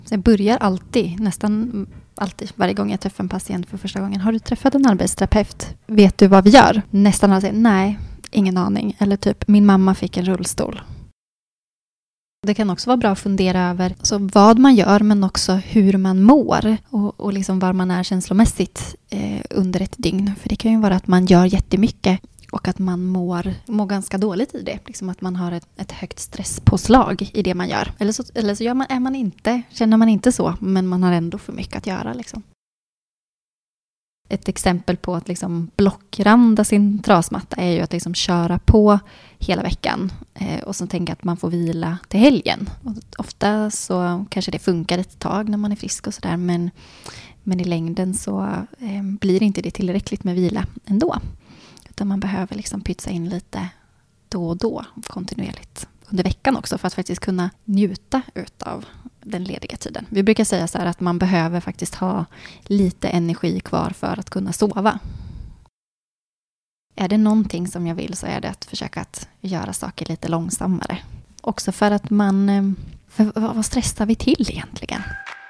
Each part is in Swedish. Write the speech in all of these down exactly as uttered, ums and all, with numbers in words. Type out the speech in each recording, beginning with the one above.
Så jag börjar alltid, nästan alltid, varje gång jag träffar en patient för första gången. Har du träffat en arbetsterapeut? Vet du vad vi gör? Nästan alltid, nej, ingen aning. Eller typ, min mamma fick en rullstol. Det kan också vara bra att fundera över så vad man gör men också hur man mår och, och liksom var man är känslomässigt eh, under ett dygn. För det kan ju vara att man gör jättemycket och att man mår, mår ganska dåligt i det. Liksom att man har ett, ett högt stresspåslag i det man gör. Eller så, eller så gör man, är man inte, känner man inte så men man har ändå för mycket att göra. Liksom. Ett exempel på att liksom blockranda sin trasmatta är ju att liksom köra på hela veckan eh, och så tänka att man får vila till helgen. Och ofta så kanske det funkar ett tag när man är frisk och sådär men, men i längden så eh, blir inte det tillräckligt med vila ändå. Utan man behöver liksom pytsa in lite då och då kontinuerligt under veckan också för att faktiskt kunna njuta utav den lediga tiden. Vi brukar säga så här att man behöver faktiskt ha lite energi kvar för att kunna sova. Är det någonting som jag vill så är det att försöka att göra saker lite långsammare. Också för att man... För vad stressar vi till egentligen?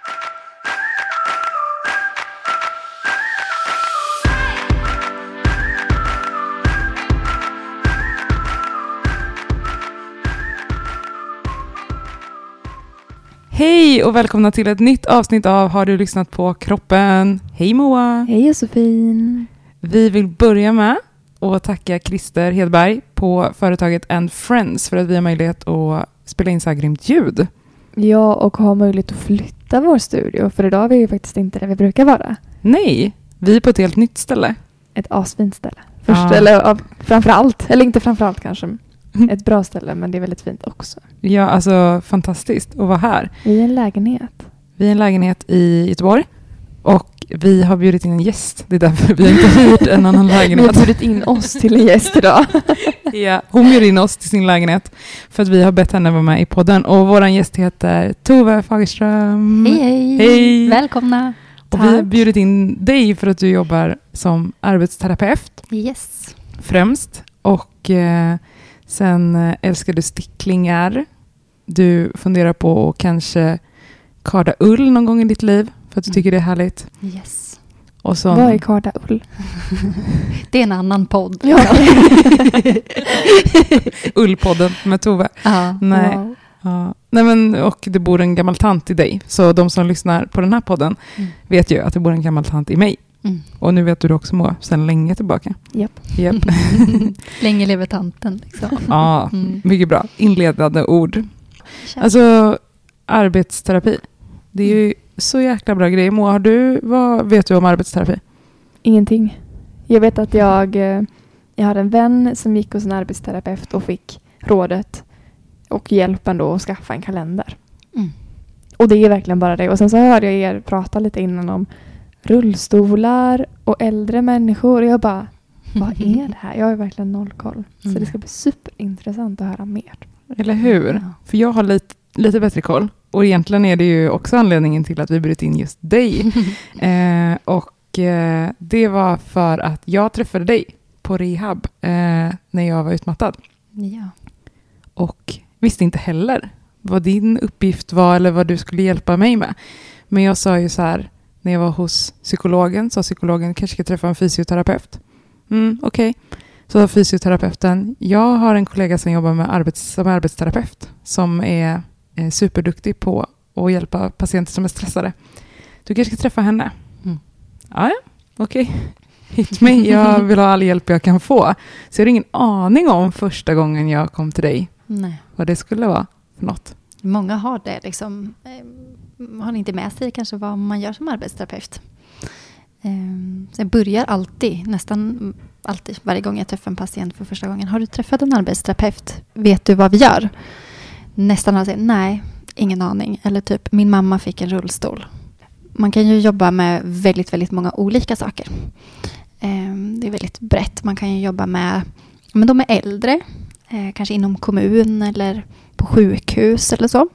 Hej och välkomna till ett nytt avsnitt av Har du lyssnat på kroppen? Hej Moa! Hej Josefin! Vi vill börja med att tacka Christer Hedberg på företaget And Friends för att vi har möjlighet att spela in så här grymt ljud. Ja, och ha möjlighet att flytta vår studio. För idag är vi ju faktiskt inte där vi brukar vara. Nej, vi är på ett helt nytt ställe. Ett asfint ställe. Först, Ah. eller av, framförallt, eller inte framförallt kanske. Ett bra ställe, men det är väldigt fint också. Ja, alltså fantastiskt att vara här. Vi är en lägenhet. Vi är en lägenhet i Göteborg och vi har bjudit in en gäst. Det är därför vi har inte hyrt en annan Vi har lägenhet. bjudit in oss till en gäst idag. Ja, hon bjöd in oss till sin lägenhet för att vi har bett henne vara med i podden. Och vår gäst heter Tove Fagerström. Hej, hej! Hej. Välkomna! Och vi har bjudit in dig för att du jobbar som arbetsterapeut Yes. främst. Och eh, sen eh, älskar du sticklingar. Du funderar på att kanske karda ull någon gång i ditt liv för att du tycker det är härligt. Yes. Och så, Vad är karda ull? Det är en annan podd. Ja. Ullpodden med Tove. Ja. Nej. Wow. Ja. Nej men, och det bor en gammal tant i dig. Så de som lyssnar på den här podden Mm. vet ju att det bor en gammal tant i mig. Mm. Och nu vet du det också Moa, sedan länge tillbaka. Japp. Japp. Länge lever tanten. Liksom. Ja, Mm. mycket bra. Inledande ord. Alltså, arbetsterapi. Det är ju så jäkla bra grejer. Moa, har du, vad vet du om arbetsterapi? Ingenting. Jag vet att jag, eh, jag hade en vän som gick hos en arbetsterapeut och fick rådet och hjälpen då att skaffa en kalender. Mm. Och det är verkligen bara det. Och sen så hörde jag er prata lite innan om rullstolar och äldre människor. Och jag bara, vad är det här? Jag har verkligen noll koll. Så Mm. det ska bli superintressant att höra mer. Eller hur? Ja. För jag har lite, lite bättre koll. Och egentligen är det ju också anledningen till att vi brytt in just dig. eh, och eh, det var för att jag träffade dig på rehab eh, när jag var utmattad. Ja. Och visste inte heller vad din uppgift var eller vad du skulle hjälpa mig med. Men jag sa ju så här, när jag var hos psykologen, sa psykologen kanske ska träffa en fysioterapeut. Mm, okej. Okay. Så sa fysioterapeuten, jag har en kollega som jobbar med arbets, som arbetsterapeut som är eh, superduktig på att hjälpa patienter som är stressade. Du kanske ska träffa henne. Mm. Ja, ja, okej. Okay. Hit mig, jag vill ha all hjälp jag kan få. Så jag har ingen aning om första gången jag kom till dig Nej. vad det skulle vara för något. Många har det liksom, eh, har inte med sig kanske vad man gör som arbetsterapeut. Eh, så jag börjar alltid, nästan alltid, varje gång jag träffar en patient för första gången. Har du träffat en arbetsterapeut? Vet du vad vi gör? Nästan alltid, nej, ingen aning. Eller typ, min mamma fick en rullstol. Man kan ju jobba med väldigt, väldigt många olika saker. Eh, det är väldigt brett. Man kan ju jobba med, men de är äldre. Eh, kanske inom kommun eller på sjukhus eller så.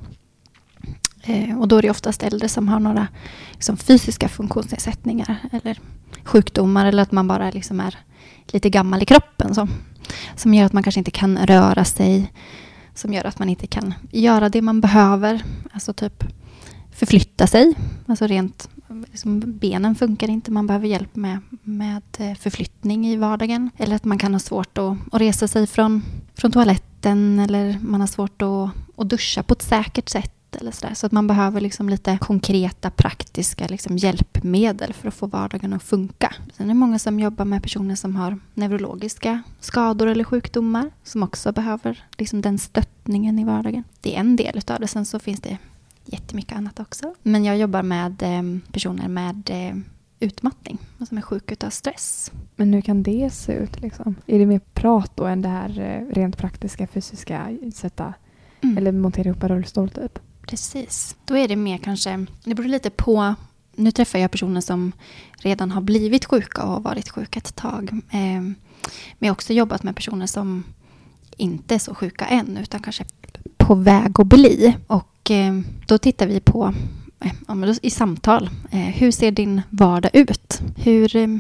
Eh, och då är det oftast äldre som har några liksom, fysiska funktionsnedsättningar eller sjukdomar eller att man bara liksom är lite gammal i kroppen så, som gör att man kanske inte kan röra sig, som gör att man inte kan göra det man behöver. Alltså typ förflytta sig. Alltså rent, liksom benen funkar inte. Man behöver hjälp med, med förflyttning i vardagen. Eller att man kan ha svårt att, att resa sig från, från toaletten. Eller man har svårt att, att duscha på ett säkert sätt. Eller så, där. Så att man behöver liksom lite konkreta, praktiska liksom hjälpmedel för att få vardagen att funka. Sen är det många som jobbar med personer som har neurologiska skador eller sjukdomar. Som också behöver liksom den stöttningen i vardagen. Det är en del utav det. Sen så finns det jättemycket annat också. Men jag jobbar med eh, personer med eh, utmattning. Och som är sjuka utav stress. Men hur kan det se ut? Liksom? Är det mer prat då än det här eh, rent praktiska, fysiska sätta? Mm. Eller montera ihop en rullstol typ? Precis. Då är det mer kanske, det beror lite på, nu träffar jag personer som redan har blivit sjuka och har varit sjuka ett tag. Eh, men jag har också jobbat med personer som inte är så sjuka än utan kanske på väg att bli. Och eh, då tittar vi på, eh, i samtal, eh, hur ser din vardag ut? Hur... Eh,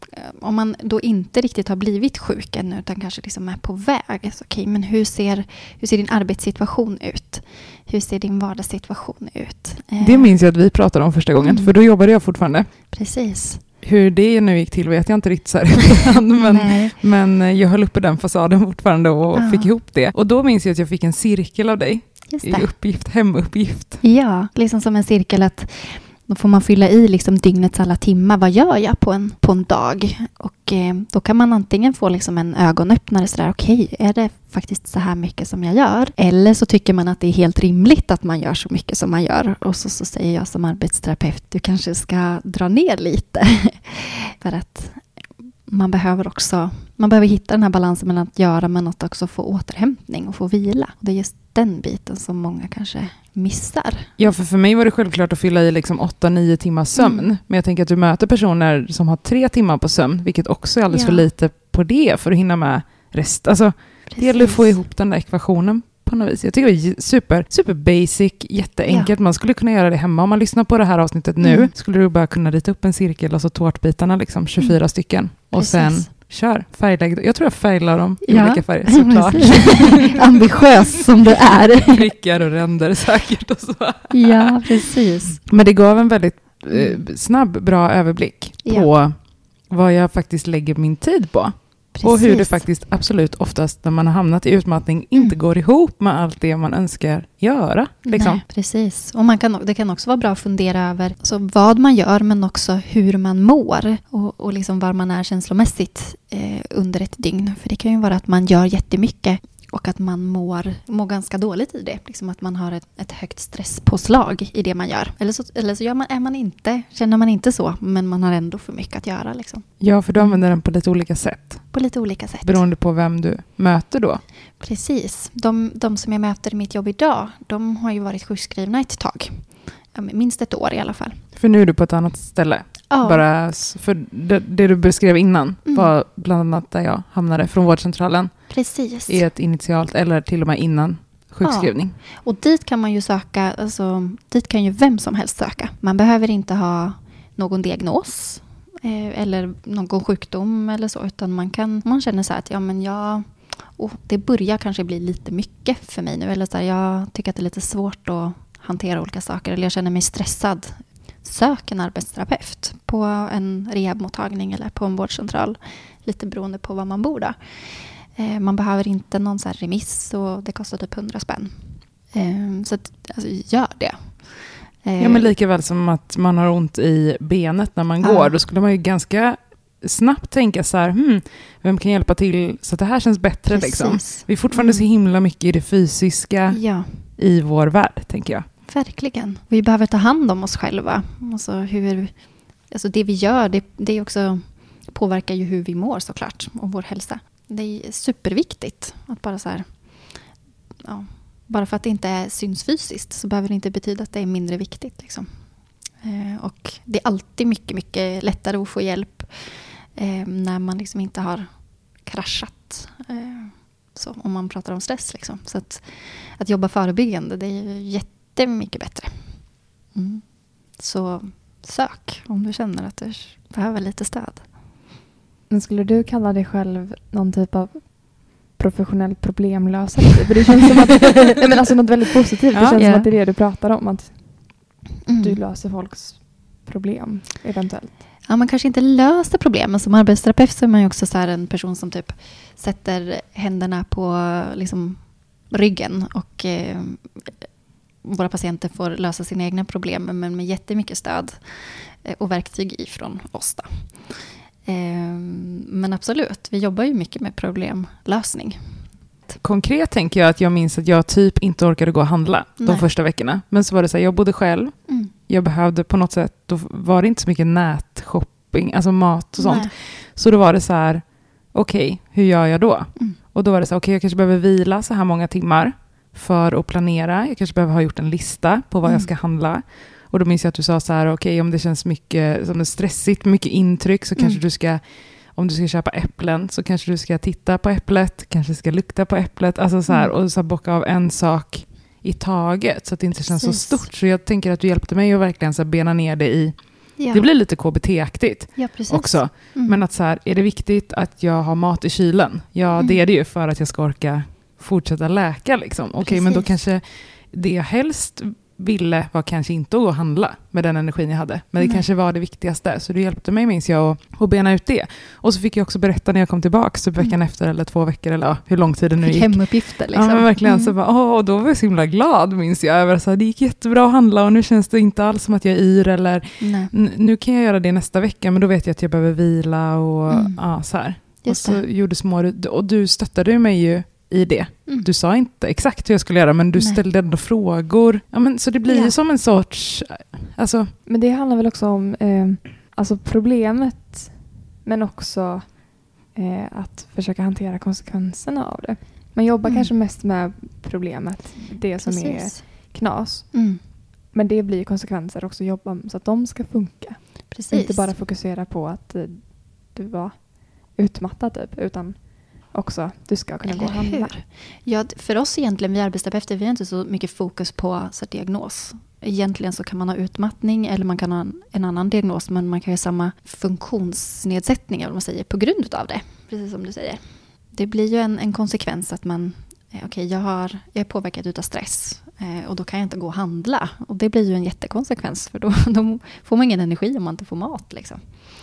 om man då inte riktigt har blivit sjuk ännu utan kanske liksom är på väg. Så, okay, men hur ser, hur ser din arbetssituation ut? Hur ser din vardagssituation ut? Det minns jag att vi pratade om första gången. Mm. För då jobbade jag fortfarande. Precis. Hur det nu gick till vet jag inte riktigt så här efterhand, men, men jag höll uppe den fasaden fortfarande och ja. fick ihop det. Och då minns jag att jag fick en cirkel av dig. I uppgift, hemuppgift. Ja, liksom som en cirkel att då får man fylla i liksom dygnets alla timmar. Vad gör jag på en, på en dag? Och eh, då kan man antingen få liksom en ögonöppnare sådär. Okej, okay, är det faktiskt så här mycket som jag gör? Eller så tycker man att det är helt rimligt att man gör så mycket som man gör. Och så, så säger jag som arbetsterapeut, du kanske ska dra ner lite. För att man behöver också, man behöver hitta den här balansen mellan att göra men att också få återhämtning och få vila. Och det är just den biten som många kanske missar. Ja, för för mig var det självklart att fylla i liksom åtta nille timmar sömn. Mm. Men jag tänker att du möter personer som har tre timmar på sömn, vilket också är alldeles ja. för lite på det för att hinna med rest. Alltså, det gäller att få ihop den där ekvationen på något vis. Jag tycker det är super, super basic, jätteenkelt. Ja. Man skulle kunna göra det hemma. Om man lyssnar på det här avsnittet nu mm. skulle du bara kunna rita upp en cirkel och så tårtbitarna, liksom tjugofyra mm. stycken. Och Precis. sen kör, färglägg. Jag tror jag färglar dem i ja. olika färger, såklart. Ambitiös som du är. Prickar och ränder säkert och så. Ja, precis. Men det gav en väldigt eh, snabb, bra överblick ja. på vad jag faktiskt lägger min tid på. Precis. Och hur det faktiskt absolut oftast när man har hamnat i utmattning inte mm. går ihop med allt det man önskar göra. Liksom. Nej, precis. Och man kan, det kan också vara bra att fundera över alltså, vad man gör men också hur man mår. Och, och liksom var man är känslomässigt eh, under ett dygn. För det kan ju vara att man gör jättemycket och att man mår, mår ganska dåligt i det. Liksom att man har ett, ett högt stresspåslag i det man gör. Eller så, eller så gör man, är man inte, känner man inte så, men man har ändå för mycket att göra. Liksom. Ja, för du använder den på lite olika sätt. På lite olika sätt. Beroende på vem du möter då. Precis. De, de som jag möter i mitt jobb idag, de har ju varit sjukskrivna ett tag. Minst ett år i alla fall. För nu är du på ett annat ställe. Ja. Bara för det, det du beskrev innan mm. var bland annat där jag hamnade från vårdcentralen. Precis. I ett initialt eller till och med innan sjukskrivning. Ja. Och dit kan man ju söka, alltså dit kan ju vem som helst söka. Man behöver inte ha någon diagnos eh, eller någon sjukdom eller så, utan man kan, man känner så här att ja men jag, oh, det börjar kanske bli lite mycket för mig nu, eller så här, jag tycker att det är lite svårt att hantera olika saker, eller jag känner mig stressad. Sök en arbetsterapeut på en rehabmottagning eller på en vårdcentral, lite beroende på var man bor då. Eh, man behöver inte någon så här remiss och det kostar typ hundra spänn. Eh, så att, alltså, gör det. Eh, ja, men lika väl som att man har ont i benet när man går, ah. då skulle man ju ganska snabbt tänka så här, hmm, vem kan hjälpa till så att det här känns bättre liksom. Vi är fortfarande mm. så himla mycket i det fysiska ja. i vår värld, tänker jag. Verkligen. Vi behöver ta hand om oss själva. Alltså hur, alltså det vi gör, det, det är också, påverkar ju hur vi mår såklart och vår hälsa. Det är superviktigt att bara så här, ja, bara för att det inte syns fysiskt så behöver det inte betyda att det är mindre viktigt. Liksom. Eh, och det är alltid mycket, mycket lättare att få hjälp eh, när man liksom inte har kraschat. Eh, så, om man pratar om stress. Liksom. Så att, att jobba förebyggande, det är jätte Det är mycket bättre. Mm. Så sök om du känner att du behöver lite stöd. Men skulle du kalla dig själv någon typ av professionell problemlösare? För det känns som att, men alltså något väldigt positivt. Det ja, känns yeah. som att det är det du pratar om. Att mm. du löser folks problem eventuellt. Ja, man kanske inte löser problemen. Som arbetsterapeut så är man ju också så här en person som typ sätter händerna på liksom ryggen och eh, våra patienter får lösa sina egna problem men med jättemycket stöd eh, och verktyg ifrån oss då. Eh, men absolut, vi jobbar ju mycket med problemlösning. Konkret tänker jag att jag minns att jag typ inte orkade gå och handla de Nej. första veckorna. Men så var det så här, jag bodde själv. Mm. Jag behövde på något sätt, då var det inte så mycket nätshopping, alltså mat och sånt. Nej. Så då var det så här, okej, okay, hur gör jag då? Mm. Och då var det så här, okej, okay, jag kanske behöver vila så här många timmar för att planera. Jag kanske behöver ha gjort en lista på vad mm. jag ska handla. Och då minns jag att du sa så här, okej, okay, om det känns mycket som det är stressigt, mycket intryck så mm. kanske du ska, om du ska köpa äpplen så kanske du ska titta på äpplet, kanske ska lukta på äpplet, alltså så här, mm. och så bocka av en sak i taget så att det inte känns Precis. så stort. Så jag tänker att du hjälpte mig att verkligen så här bena ner det i, ja. det blir lite K B T-aktigt ja, också. Mm. Men att så här, är det viktigt att jag har mat i kylen? Ja, mm. det är det ju för att jag ska orka fortsätta läka liksom. Okej, okay, men då kanske det jag helst ville var kanske inte att gå och handla med den energin jag hade. Men det Nej. kanske var det viktigaste. Så du hjälpte mig, minns jag, att, att bena ut det. Och så fick jag också berätta när jag kom tillbaka så veckan mm. efter eller två veckor eller ja, hur lång tid det nu gick. Hemuppgifter liksom. Ja, men verkligen. Mm. Så bara, åh, och då var jag så himla glad, minns jag. Över så här, det gick jättebra att handla och nu känns det inte alls som att jag är yr eller n- nu kan jag göra det nästa vecka men då vet jag att jag behöver vila och mm. ja, så här. Just och så det. Gjorde små, och du stöttade mig ju i det. Mm. Du sa inte exakt hur jag skulle göra men du Nej. ställde ändå frågor. Ja, men, så det blir ja. ju som en sorts... Alltså. Men det handlar väl också om eh, alltså problemet men också eh, att försöka hantera konsekvenserna av det. Man jobbar mm. kanske mest med problemet, det som Precis. är knas. Mm. Men det blir konsekvenser också, jobba så att de ska funka. Precis. Inte bara fokusera på att eh, du var utmattad typ, utan också du ska kunna Eller gå och handla. Hur? Ja, för oss egentligen, vi arbetsterapeuter, vi har inte så mycket fokus på så diagnos. Egentligen så kan man ha utmattning eller man kan ha en, en annan diagnos men man kan ha samma funktionsnedsättning om man säger, på grund av det. Precis som du säger. Det blir ju en, en konsekvens att man okej, okay, jag, har, jag är påverkad utav stress eh, och då kan jag inte gå och handla. Och det blir ju en jättekonsekvens för då, då får man ingen energi om man inte får mat liksom.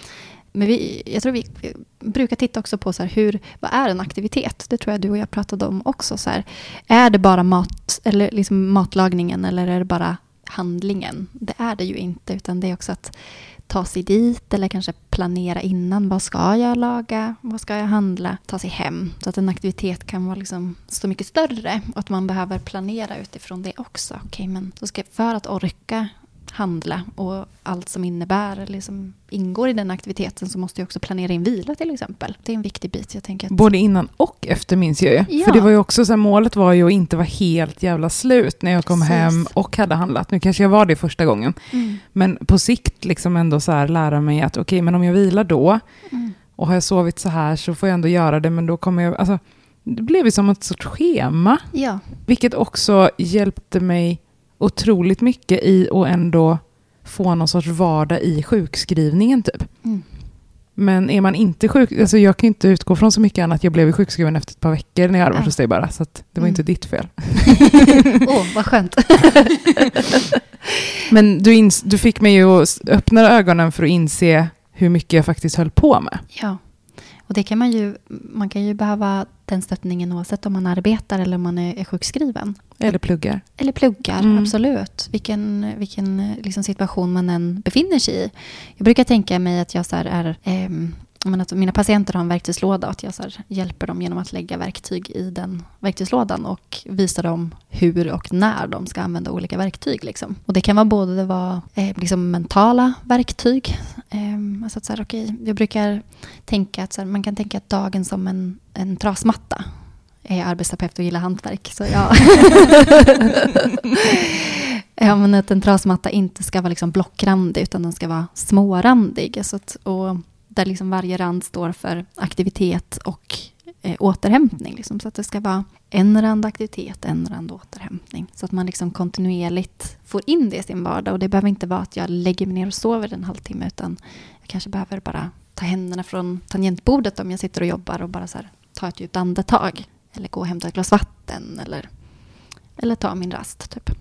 Men vi, jag tror vi, vi brukar titta också på så här, hur, vad är en aktivitet? Det tror jag du och jag pratade om också. Så här, är det bara mat, eller liksom matlagningen eller är det bara handlingen? Det är det ju inte, utan det är också att ta sig dit eller kanske planera innan. Vad ska jag laga? Vad ska jag handla? Ta sig hem. Så att en aktivitet kan vara liksom så mycket större och att man behöver planera utifrån det också. Okej, okay, men så ska, för att orka handla och allt som innebär liksom ingår i den aktiviteten så måste jag också planera in vila till exempel. Det är en viktig bit. Jag tänker att... Både innan och efter minns jag ju. Ja. För det var ju också så här, målet var ju att inte vara helt jävla slut när jag kom Precis. hem och hade handlat. Nu kanske jag var det första gången. Mm. Men på sikt liksom ändå så här lära mig att okej, okay, men om jag vilar då mm. och har jag sovit så här så får jag ändå göra det men då kommer jag, alltså det blev ju som ett sorts schema. Ja. Vilket också hjälpte mig otroligt mycket i att ändå få någon sorts vardag i sjukskrivningen typ. Mm. Men är man inte sjuk, alltså jag kan inte utgå från så mycket annat. Jag blev sjukskriven efter ett par veckor när jag arbetade hos dig bara. Så att det var mm. inte ditt fel. Åh, oh, vad skönt. Men du, ins- du fick mig ju att öppna ögonen för att inse hur mycket jag faktiskt höll på med. Ja, och det kan man ju, man kan ju behöva den stöttningen oavsett om man arbetar eller om man är, är sjukskriven. Eller pluggar. Eller pluggar, mm. absolut. Vilken, vilken liksom situation man än befinner sig i. Jag brukar tänka mig att jag så här är... Eh, men att mina patienter har en verktygslåda och att jag så här hjälper dem genom att lägga verktyg i den verktygslådan och visa dem hur och när de ska använda olika verktyg. Liksom. Och det kan vara både det var, eh, liksom mentala verktyg. Eh, alltså att så här, okay, jag brukar tänka att så här, man kan tänka att dagen som en, en trasmatta. Jag är arbetsterapeut och gillar hantverk. Så ja. Ja, men att en trasmatta inte ska vara liksom blockrandig utan den ska vara smårandig. Alltså att, och där liksom varje rand står för aktivitet och eh, återhämtning. Liksom, så att det ska vara en rand aktivitet, en rand återhämtning. Så att man liksom kontinuerligt får in det i sin vardag. Och det behöver inte vara att jag lägger mig ner och sover en halvtimme. Utan jag kanske behöver bara ta händerna från tangentbordet om jag sitter och jobbar. Och bara så här, ta ett djupt andetag. Eller gå och hämta ett glas vatten. Eller, eller ta min rast typ.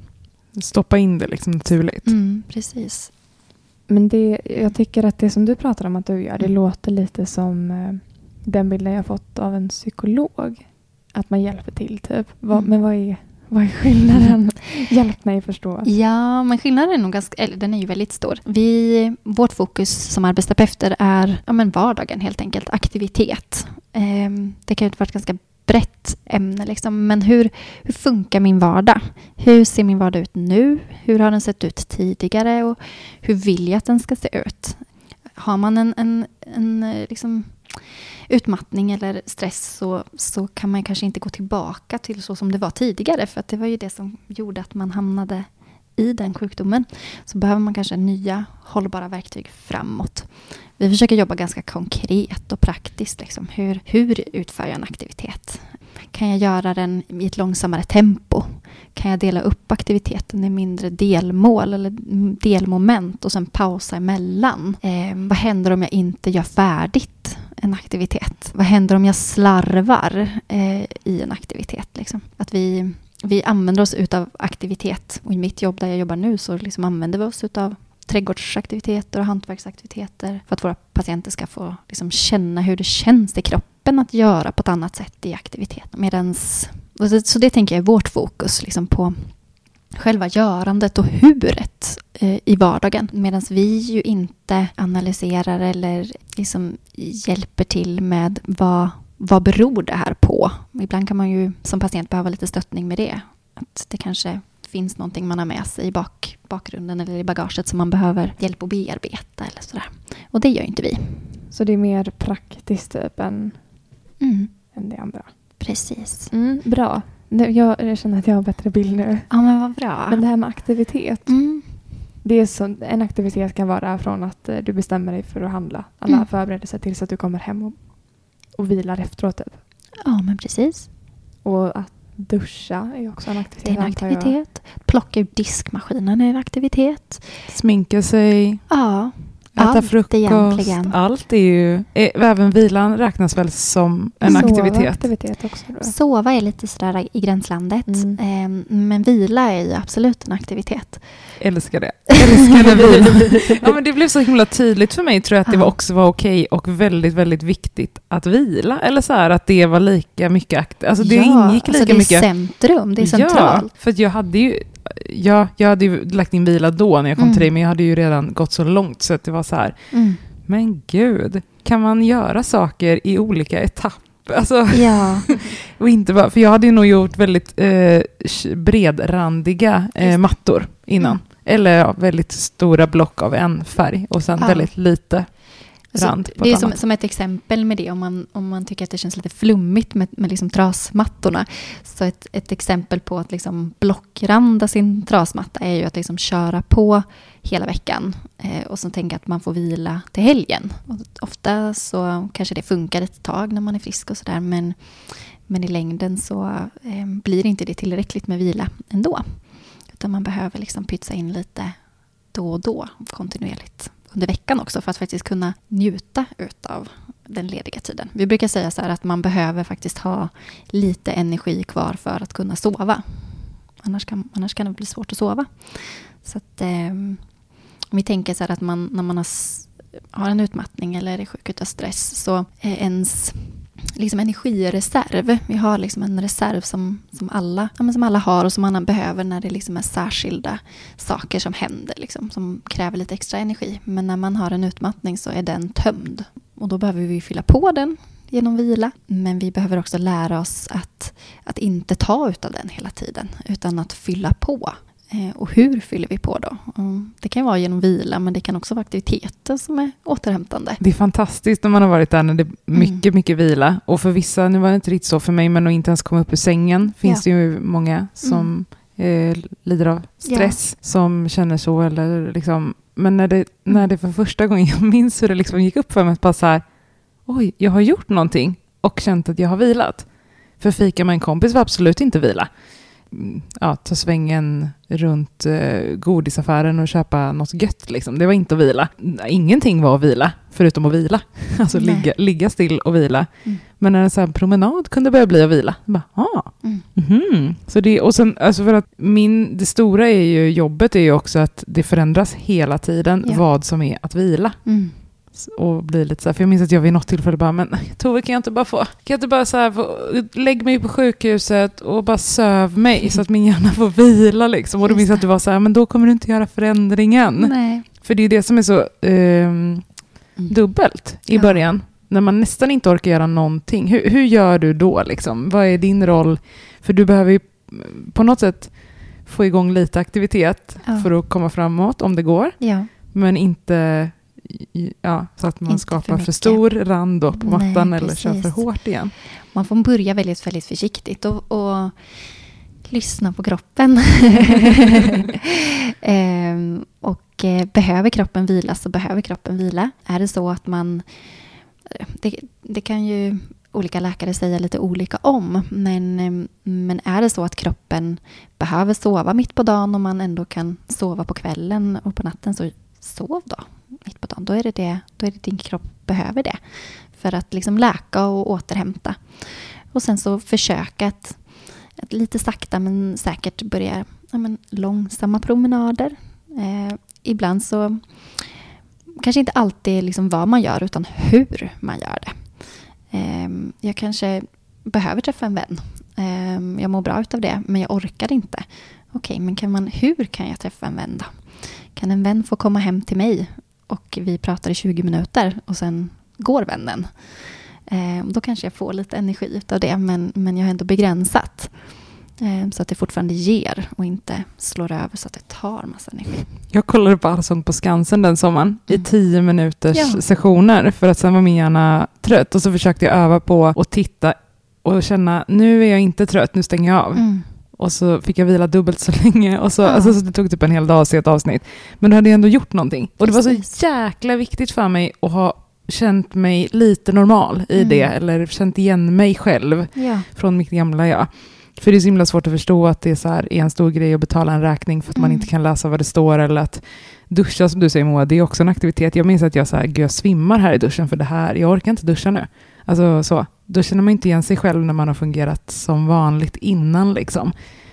stoppa in det liksom naturligt. Mm, precis. Men det, jag tycker att det som du pratar om att du gör, det Mm. låter lite som eh, den bilden jag fått av en psykolog. Att man hjälper till typ. Vad, Mm. Men vad är, vad är skillnaden? Hjälp mig förstå. Ja, men skillnaden är nog ganska, eller den är ju väldigt stor. Vi, vårt fokus som arbetsterapeuter är ja, men vardagen helt enkelt, aktivitet. Eh, det kan ju vara ett ganska brett ämne liksom, men hur, hur funkar min vardag? Hur ser min vardag ut nu? Hur har den sett ut tidigare? Och hur vill jag att den ska se ut? Har man en, en, en liksom utmattning eller stress så, så kan man kanske inte gå tillbaka till så som det var tidigare. För att det var ju det som gjorde att man hamnade i den sjukdomen. Så behöver man kanske nya hållbara verktyg framåt. Vi försöker jobba ganska konkret och praktiskt. Liksom. Hur, hur utför jag en aktivitet? Kan jag göra den i ett långsammare tempo? Kan jag dela upp aktiviteten i mindre delmål eller delmoment och sen pausa emellan? Eh, vad händer om jag inte gör färdigt en aktivitet? Vad händer om jag slarvar eh, i en aktivitet? Liksom? Att vi, vi använder oss utav aktivitet. Och i mitt jobb där jag jobbar nu så liksom använder vi oss utav trädgårdsaktiviteter och hantverksaktiviteter för att våra patienter ska få liksom känna hur det känns i kroppen att göra på ett annat sätt i aktivitet. Medans, så det tänker jag är vårt fokus liksom på själva görandet och huret eh, i vardagen. Medan vi ju inte analyserar eller liksom hjälper till med vad, vad beror det här på. Ibland kan man ju som patient behöva lite stöttning med det. Att det kanske finns någonting man har med sig i bak, bakgrunden eller i bagaget som man behöver hjälp att bearbeta eller sådär. Och det gör inte vi. Så det är mer praktiskt typ än, Mm. än det andra. Precis. Mm, bra. Nu, jag, jag känner att jag har bättre bild nu. Ja, men vad bra. Men det här med aktivitet. Mm. Det är så, en aktivitet kan vara från att eh, du bestämmer dig för att handla. Alla Mm. förberedelser till så att du kommer hem och, och vilar efteråt typ. Ja, men precis. Och att duscha är också en aktivitet. Det är en antar jag. aktivitet. Plocka ut diskmaskinen är en aktivitet. Sminka sig, Ja, äta allt frukost. egentligen. Allt är ju... eh, Även vilan räknas väl som en Sova aktivitet. aktivitet också då. Sova är lite sådär i gränslandet. Mm. Ehm, men vila är ju absolut en aktivitet. Älskar det. Älskar när vila. Ja, men det blev så himla tydligt för mig, tror jag, att det Ja. var också var okej och väldigt, väldigt viktigt att vila. Eller så här att det var lika mycket aktivt. Alltså det ja, ingick lika alltså det är mycket. centrum, det är centralt. Ja, för att jag hade ju... Ja, jag hade ju lagt in vila då när jag kom Mm. till dig, men jag hade ju redan gått så långt så att det var så här, Mm. men gud, kan man göra saker i olika etapper? Alltså, Ja, och inte bara, för jag hade ju nog gjort väldigt eh, bredrandiga eh, Just. mattor innan. Mm. Eller ja, väldigt stora block av en färg och sen Ja. väldigt lite rand alltså, på det är ett som, annat. som ett exempel med det om man, om man tycker att det känns lite flummigt med, med liksom trasmattorna. Så ett, ett exempel på att liksom blockranda sin trasmatta är ju att liksom köra på hela veckan eh, och så tänka att man får vila till helgen. Och ofta så kanske det funkar ett tag när man är frisk och sådär, men, men i längden så eh, blir inte det tillräckligt med vila ändå. Utan man behöver liksom pytsa in lite då och då kontinuerligt under veckan också för att faktiskt kunna njuta utav den lediga tiden. Vi brukar säga så här att man behöver faktiskt ha lite energi kvar för att kunna sova. Annars kan, annars kan det bli svårt att sova. Så att eh, om vi tänker så här att man, när man har, har en utmattning eller är sjuk utav stress så är ens liksom energireserv. Vi har liksom en reserv som, som, alla, ja, men som alla har och som man behöver när det liksom är särskilda saker som händer liksom, som kräver lite extra energi. Men när man har en utmattning så är den tömd. Och då behöver vi fylla på den genom vila. Men vi behöver också lära oss att, att inte ta utav den hela tiden utan att fylla på. Och hur fyller vi på då? Det kan vara genom vila, men det kan också vara aktiviteter som är återhämtande. Det är fantastiskt när man har varit där när det är mycket, mm. mycket vila. Och för vissa, nu var det inte riktigt så för mig, men att inte ens komma upp ur sängen finns ja. det ju många som mm. eh, lider av stress, ja. som känner så. Eller liksom, men när det, när det för första gången, jag minns hur det liksom gick upp för mig att bara så här, oj, jag har gjort någonting och känt att jag har vilat. För fika med en kompis var absolut inte vila. ja, ta svängen runt eh, godisaffären och köpa något gött. Liksom. Det var inte att vila. Ingenting var att vila, förutom att vila. Alltså ligga, ligga still och vila. Mm. Men en sån här promenad kunde börja bli att vila. Bara, ah. mm. Mm-hmm. Så det, och sen, alltså för att min, det stora är ju, jobbet är ju också att det förändras hela tiden ja. vad som är att vila. Mm. Och bli lite så här, för jag minns att jag vid något tillfälle bara, men Tove, kan jag inte bara få, kan jag inte bara så här få, lägg mig på sjukhuset och bara söv mig mm. så att min hjärna får vila liksom. Och då minns jag att det var så här, men då kommer du inte göra förändringen. Nej. För det är det som är så eh, mm. dubbelt i ja. början. När man nästan inte orkar göra någonting. Hur, hur gör du då liksom? Vad är din roll? För du behöver ju på något sätt få igång lite aktivitet ja. för att komma framåt om det går. Ja. Men inte... Ja, så att man inte skapar för, för stor rand på Nej, mattan eller precis. kör för hårt igen. Man får börja väldigt, väldigt försiktigt och, och lyssna på kroppen. ehm, och eh, behöver kroppen vila så behöver kroppen vila. Är det så att man... Det, det kan ju olika läkare säga lite olika om. Men, men är det så att kroppen behöver sova mitt på dagen och man ändå kan sova på kvällen och på natten, så sov då. Mitt på dagen. Då är det det, då är det din kropp behöver det för att liksom läka och återhämta. Och sen så försöka att, att lite sakta men säkert börja ja, men, långsamma promenader. Eh, ibland så kanske inte alltid liksom vad man gör utan hur man gör det. Eh, jag kanske behöver träffa en vän. Eh, jag mår bra utav det men jag orkar inte. Okej, men kan man, hur kan jag träffa en vän då? Kan en vän få komma hem till mig och vi pratar i tjugo minuter och sen går vännen. Eh, då kanske jag får lite energi av det, men, men jag har ändå begränsat. Eh, så att det fortfarande ger och inte slår över så att det tar massa energi. Jag kollade på Allsång på Skansen den sommaren mm. i tio minuters ja. sessioner för att sen var min hjärna trött. Och så försökte jag öva på att titta och känna, nu är jag inte trött, nu stänger jag av. Mm. Och så fick jag vila dubbelt så länge. Och så, ja. alltså, så det tog typ en hel dag att se ett avsnitt. Men då hade jag ändå gjort någonting. Och det var så jäkla viktigt för mig att ha känt mig lite normal i mm. det. Eller känt igen mig själv ja. från mitt gamla jag. För det är så himla svårt att förstå att det är, så här, är en stor grej att betala en räkning för att mm. man inte kan läsa vad det står. Eller att duscha, som du säger Moa, det är också en aktivitet. Jag minns att jag, så här, jag svimmar här i duschen för det här. Jag orkar inte duscha nu. Alltså så. Då känner man inte igen sig själv när man har fungerat som vanligt innan liksom.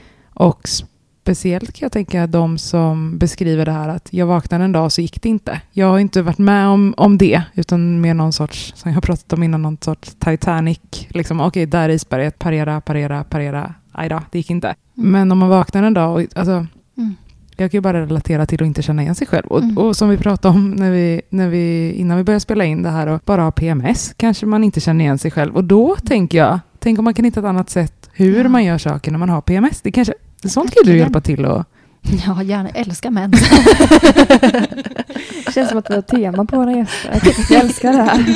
Och speciellt kan jag tänka de som beskriver det här att jag vaknade en dag så gick det inte. Jag har inte varit med om, om det utan mer någon sorts, som jag har pratat om innan, någon sorts Titanic. Liksom, okej, okay, där är isberget, parera, parera, parera. Aj då, det gick inte. Mm. Men om man vaknar en dag och alltså... Mm. Jag kan ju bara relatera till att inte känna igen sig själv. Och, mm. och som vi pratade om när vi, när vi, innan vi började spela in det här och bara ha P M S kanske man inte känner igen sig själv. Och då mm. tänker jag, tänk om man kan hitta ett annat sätt hur ja. man gör saker när man har P M S. Det kanske, det sånt kan du hjälpa till och... Ja, gärna. Jag älskar män. Det känns som att vi har tema på våra gäster. Jag älskar det här.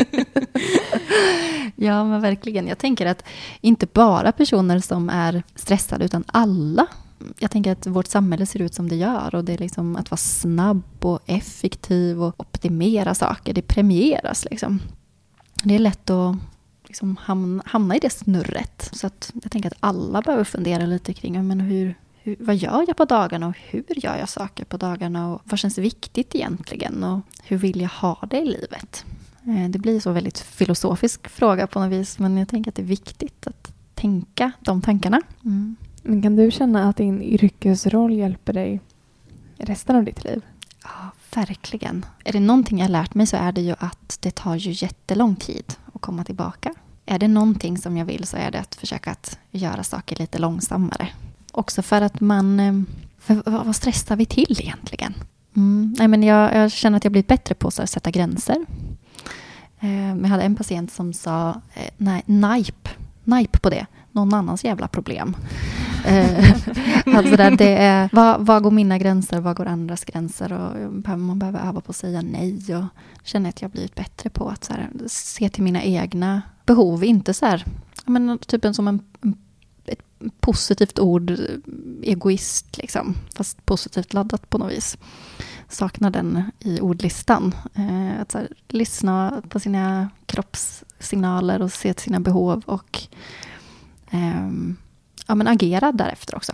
Ja, men verkligen. Jag tänker att inte bara personer som är stressade utan alla. Jag tänker att vårt samhälle ser ut som det gör och det är liksom att vara snabb och effektiv och optimera saker. Det premieras liksom. Det är lätt att liksom hamna, hamna i det snurret. Så att jag tänker att alla behöver fundera lite kring men hur, hur, vad gör jag på dagarna och hur gör jag saker på dagarna och vad känns viktigt egentligen och hur vill jag ha det i livet? Det blir så väldigt filosofisk fråga på något vis men jag tänker att det är viktigt att tänka de tankarna. Mm. Men kan du känna att din yrkesroll hjälper dig resten av ditt liv? Ja, verkligen. Är det någonting jag har lärt mig så är det ju att det tar ju jättelång tid att komma tillbaka. Är det någonting som jag vill så är det att försöka att göra saker lite långsammare. Också för att man... För vad stressar vi till egentligen? Mm. Nej, men jag, jag känner att jag blivit bättre på att sätta gränser. Eh, jag hade en patient som sa eh, nej, najp. Najp på det. Någon annans jävla problem. Eh, alltså där det är, vad, vad går mina gränser, vad går andras gränser och man behöver öva på att säga nej och känner att jag har blivit bättre på att så här, se till mina egna behov, inte så här, men typ som en, ett positivt ord, egoist liksom, fast positivt laddat på något vis. Saknar den i ordlistan. Eh, att så här, lyssna på sina kroppssignaler och se till sina behov och Um, ja, men agera därefter också.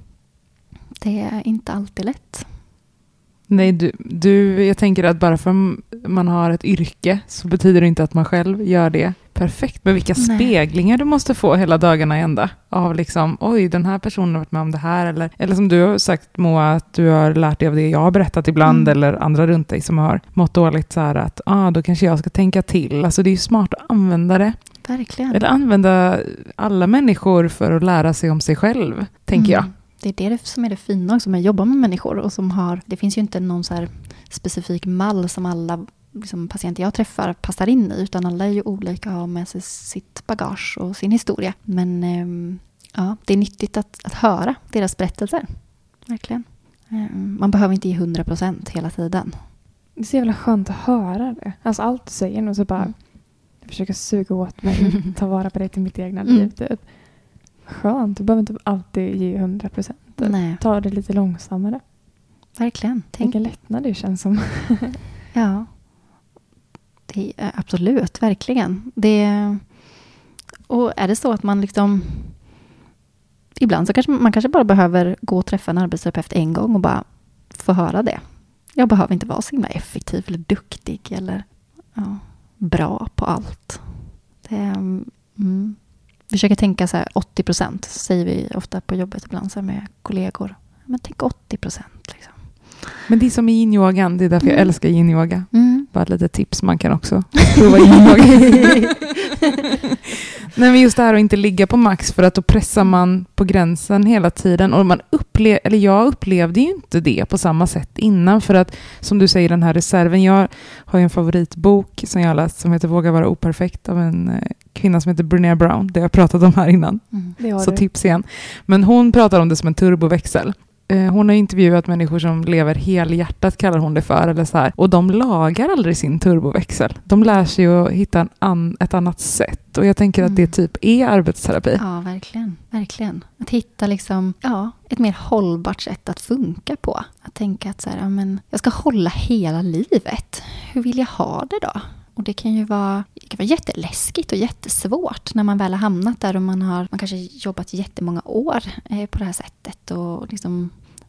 Det är inte alltid lätt. Nej, du, du, jag tänker att bara för man har ett yrke så betyder det inte att man själv gör det perfekt. Men vilka Nej. speglingar du måste få hela dagarna ända av liksom, oj, den här personen har varit med om det här. Eller, eller som du har sagt, Moa, att du har lärt dig av det jag har berättat ibland, mm. eller andra runt dig som har mått dåligt så här att, ah, då kanske jag ska tänka till. Alltså det är ju smart att använda det. Verkligen. Eller använda alla människor för att lära sig om sig själv, tänker mm. jag. Det är det som är det fina också med att jobba med människor. Och som har, det finns ju inte någon så här specifik mall som alla liksom, patienter jag träffar passar in i. Utan alla är ju olika och har med sig sitt bagage och sin historia. Men eh, ja, det är nyttigt att, att höra deras berättelser. Verkligen. Eh, man behöver inte ge hundra procent hela tiden. Det är så jävla skönt att höra det. Alltså allt du säger och så bara mm. jag försöker suga åt mig. Ta vara på det till mitt egna Mm. liv. Typ. Skönt. Du behöver inte alltid ge hundra procent. Ta det lite långsammare. Verkligen. Tänk en lättnad det känns som. Ja. Det är, absolut, verkligen. Det, och är det så att man liksom ibland så kanske man kanske bara behöver gå och träffa en arbetsterapeut en gång och bara få höra det. Jag behöver inte vara så himla effektiv eller duktig eller ja, bra på allt. Det, mm. Vi försöker tänka så här åttio procent, säger vi ofta på jobbet ibland så här med kollegor. Men tänk åttio procent liksom. Men det är som i yin-yogan, det är därför mm. jag älskar yin-yoga. Mm. Bara lite tips, man kan också prova yin-yoga. Nej, men just det här att inte ligga på max, för att då pressar man på gränsen hela tiden. Och man upplev, eller jag upplevde ju inte det på samma sätt innan. För att, som du säger, den här reserven. Jag har ju en favoritbok som jag har läst som heter Våga vara operfekt av en eh, kvinna som heter Brené Brown. Det har jag pratat om här innan. Mm. Så tips igen. Men hon pratar om det som en turboväxel. Hon har intervjuat människor som lever helhjärtat, kallar hon det för. Eller så här. Och de lagar aldrig sin turboväxel. De lär sig att hitta en an, ett annat sätt. Och jag tänker mm. att det typ är arbetsterapi. Ja, verkligen. Verkligen. Att hitta liksom, ja, ett mer hållbart sätt att funka på. Att tänka att så här, ja, men jag ska hålla hela livet. Hur vill jag ha det då? Och det kan ju vara, det kan vara jätteläskigt och jättesvårt när man väl har hamnat där och man har man kanske jobbat jättemånga år eh, på det här sättet och liksom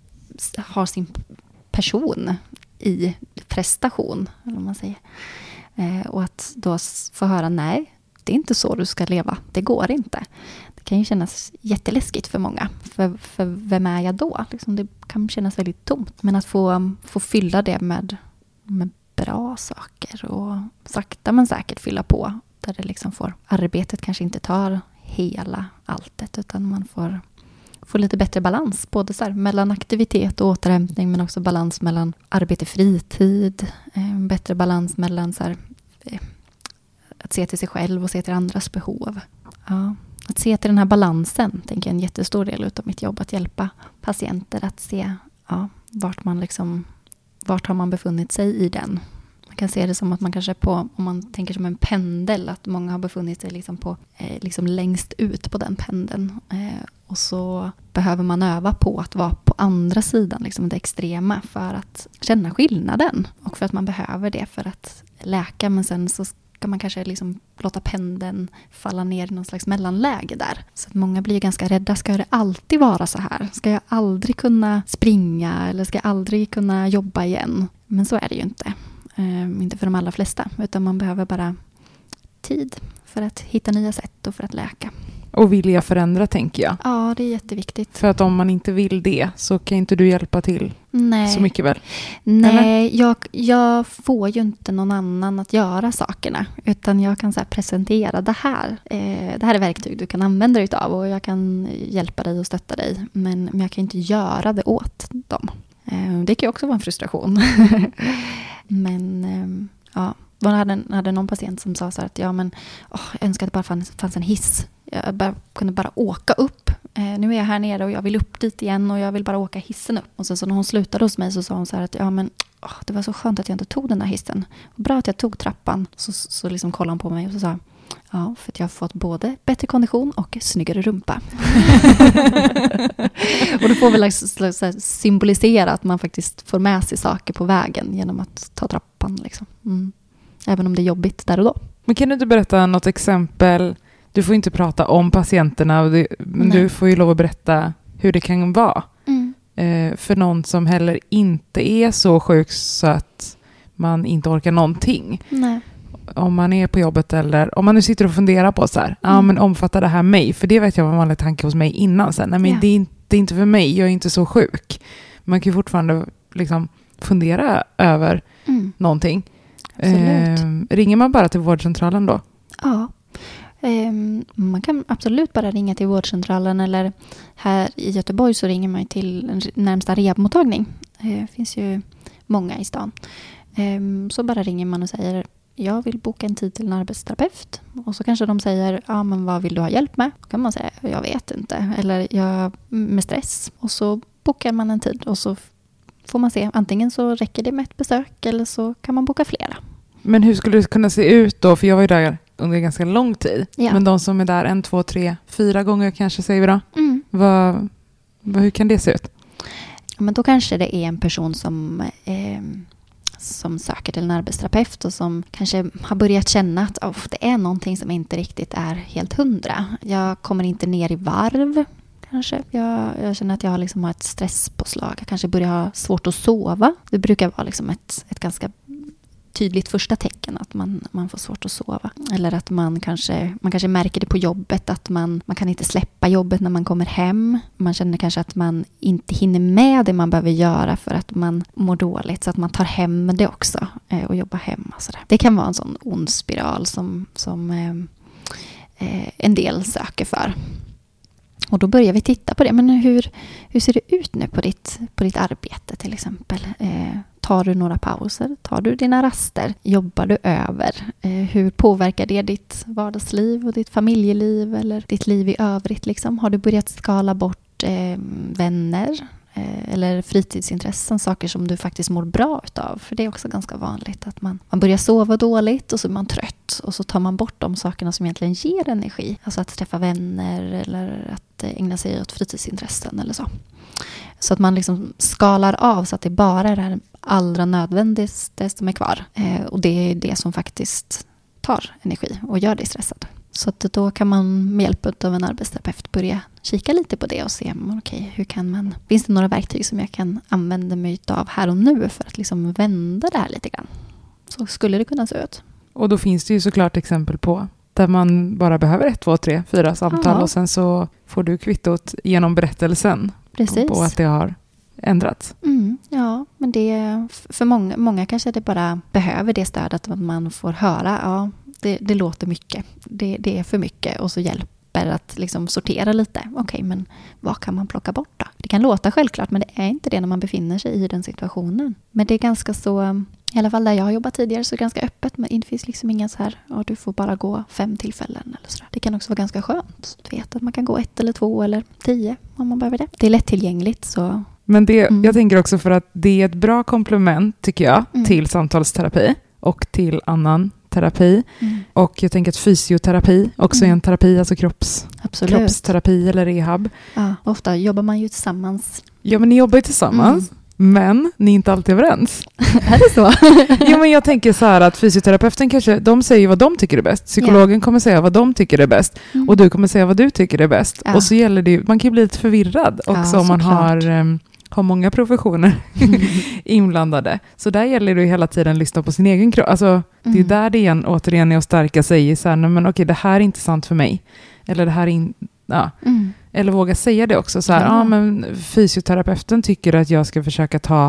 har sin person i prestation, eller vad man säger. Eh, och att då få höra, nej, det är inte så du ska leva, det går inte. Det kan ju kännas jätteläskigt för många. För, för vem är jag då? Liksom, det kan kännas väldigt tomt. Men att få, få fylla det med, med bra saker och sakta men säkert fylla på där det liksom får, arbetet kanske inte tar hela alltet utan man får, får lite bättre balans både så här, mellan aktivitet och återhämtning men också balans mellan arbete och fritid, eh, bättre balans mellan så här, eh, att se till sig själv och se till andras behov. Ja, att se till den här balansen tänker jag är en jättestor del av mitt jobb, att hjälpa patienter att se ja, vart man liksom vart har man befunnit sig i den. Man kan se det som att man kanske på, om man tänker som en pendel, att många har befunnit sig liksom på, eh, liksom längst ut på den pendeln. Eh, och så behöver man öva på att vara på andra sidan, liksom det extrema, för att känna skillnaden. Och för att man behöver det för att läka, men sen så ska man kanske liksom låta pendeln falla ner i någon slags mellanläge där. Så att många blir ganska rädda. Ska det alltid vara så här? Ska jag aldrig kunna springa? Eller ska jag aldrig kunna jobba igen? Men så är det ju inte. Um, inte för de allra flesta. Utan man behöver bara tid för att hitta nya sätt och för att läka. Och vilja förändra, tänker jag. Ja, det är jätteviktigt. För att om man inte vill det så kan inte du hjälpa till Nej. så mycket väl? Nej, jag, jag får ju inte någon annan att göra sakerna. Utan jag kan så här presentera det här. Eh, det här är verktyg du kan använda dig av och jag kan hjälpa dig och stötta dig. Men, men jag kan inte göra det åt dem. Eh, det kan ju också vara en frustration. men eh, ja, jag hade, hade någon patient som sa så här att ja, men, åh, jag önskar att det bara fanns, fanns en hiss. Jag bara, kunde bara åka upp. Eh, nu är jag här nere och jag vill upp dit igen och jag vill bara åka hissen upp. Och sen så när hon slutade hos mig så sa hon så här att ja, men åh, det var så skönt att jag inte tog den där hissen. Bra att jag tog trappan. Så, så liksom kollade hon på mig och så sa ja, för att jag har fått både bättre kondition och snyggare rumpa. Och då får vi liksom symbolisera att man faktiskt får med sig saker på vägen genom att ta trappan. Liksom. Mm. Även om det är jobbigt där och då. Men kan du inte berätta något exempel? du får inte prata om patienterna, och det, men du får ju lov att berätta hur det kan vara. Mm. Eh, för någon som heller inte är så sjuk så att man inte orkar någonting. Nej. Om man är på jobbet eller om man nu sitter och funderar på så här, ja Mm. ah, men omfattar det här mig? För det vet jag var en vanlig tanke hos mig innan. Så här, nej men Ja. det, är inte, det är inte för mig, jag är inte så sjuk. Man kan ju fortfarande liksom fundera över Mm. någonting. Absolut. Eh, ringer man bara till vårdcentralen då? Ja. Ehm, man kan absolut bara ringa till vårdcentralen, eller här i Göteborg så ringer man till en närmsta rehabmottagning. Det finns ju många i stan. Ehm, så bara ringer man och säger jag vill boka en tid till en arbetsterapeut. Och så kanske de säger, ja men vad vill du ha hjälp med? Då kan man säga, jag vet inte. Eller jag med stress. Och så bokar man en tid och så får man se. Antingen så räcker det med ett besök eller så kan man boka flera. Men hur skulle det kunna se ut då? För jag var ju där under ganska lång tid. Ja. Men de som är där en, två, tre, fyra gånger kanske säger vi då. Mm. Vad, vad, hur kan det se ut? Men då kanske det är en person som, eh, som söker till en arbetsterapeut och som kanske har börjat känna att oh, det är någonting som inte riktigt är helt hundra. Jag kommer inte ner i varv kanske. Jag, jag känner att jag liksom har ett stresspåslag. Jag kanske börjar ha svårt att sova. Det brukar vara liksom ett, ett ganska tydligt första tecken att man, man får svårt att sova. Eller att man kanske, man kanske märker det på jobbet att man, man kan inte släppa jobbet när man kommer hem. Man känner kanske att man inte hinner med det man behöver göra för att man mår dåligt. Så att man tar hem det också eh, och jobbar hemma. Sådär. Det kan vara en sån ond spiral som, som eh, en del söker för. Och då börjar vi titta på det. Men hur, hur ser det ut nu på ditt, på ditt arbete till exempel? Eh, tar du några pauser? Tar du dina raster? Jobbar du över? Eh, hur påverkar det ditt vardagsliv och ditt familjeliv eller ditt liv i övrigt? Liksom? Har du börjat skala bort eh, vänner eh, eller fritidsintressen? Saker som du faktiskt mår bra utav. För det är också ganska vanligt att man, man börjar sova dåligt och så är man trött. Och så tar man bort de sakerna som egentligen ger energi. Alltså att träffa vänner eller att ägna sig åt fritidsintressen eller så. Så att man liksom skalar av så att det bara är det här allra nödvändigaste som är kvar. Eh, och det är det som faktiskt tar energi och gör dig stressad. Så att då kan man med hjälp av en arbetsterapeut börja kika lite på det och se, okej, hur kan man, finns det några verktyg som jag kan använda mig av här och nu för att liksom vända det här lite grann. Så skulle det kunna se ut. Och då finns det ju såklart exempel på där man bara behöver ett, två, tre, fyra samtal. Ja. Och sen så får du kvittot genom berättelsen. Precis. På att det har ändrats. Mm, ja, men det för många, många kanske det bara behöver det stödet att man får höra, ja, det, det låter mycket. Det, det är för mycket och så hjälper att liksom sortera lite. Okej, okay, men vad kan man plocka bort då? Det kan låta självklart, men det är inte det när man befinner sig i den situationen. Men det är ganska så, i alla fall där jag har jobbat tidigare, så är det ganska öppet. Men det finns liksom inga så här, ja, du får bara gå fem tillfällen eller sådär. Det kan också vara ganska skönt. Du vet att man kan gå ett eller två eller tio om man behöver det. Det är lättillgängligt så. Men det, mm. jag tänker också för att det är ett bra komplement tycker jag mm. till samtalsterapi och till annan terapi. Mm. Och jag tänker att fysioterapi också mm. är en terapi, alltså kropps, kroppsterapi eller rehab. Ja, ofta jobbar man ju tillsammans. Ja, men ni jobbar ju tillsammans. Mm. Men ni är inte alltid överens. Är det så? Jo, men jag tänker så här att fysioterapeuten kanske, de säger vad de tycker är bäst. Psykologen yeah. kommer säga vad de tycker är bäst. Mm. Och du kommer säga vad du tycker är bäst. Ja. Och så gäller det ju, man kan ju bli lite förvirrad också ja, om man har, um, har många professioner inblandade. Så där gäller det ju hela tiden att lyssna på sin egen kropp. Alltså, mm. det är ju där det igen, återigen är att stärka sig i så här, men okej, det här är inte sant för mig. Eller det här är inte, ja. Mm. Eller våga säga det också. Så här, ja. ah, men fysioterapeuten tycker att jag ska försöka ta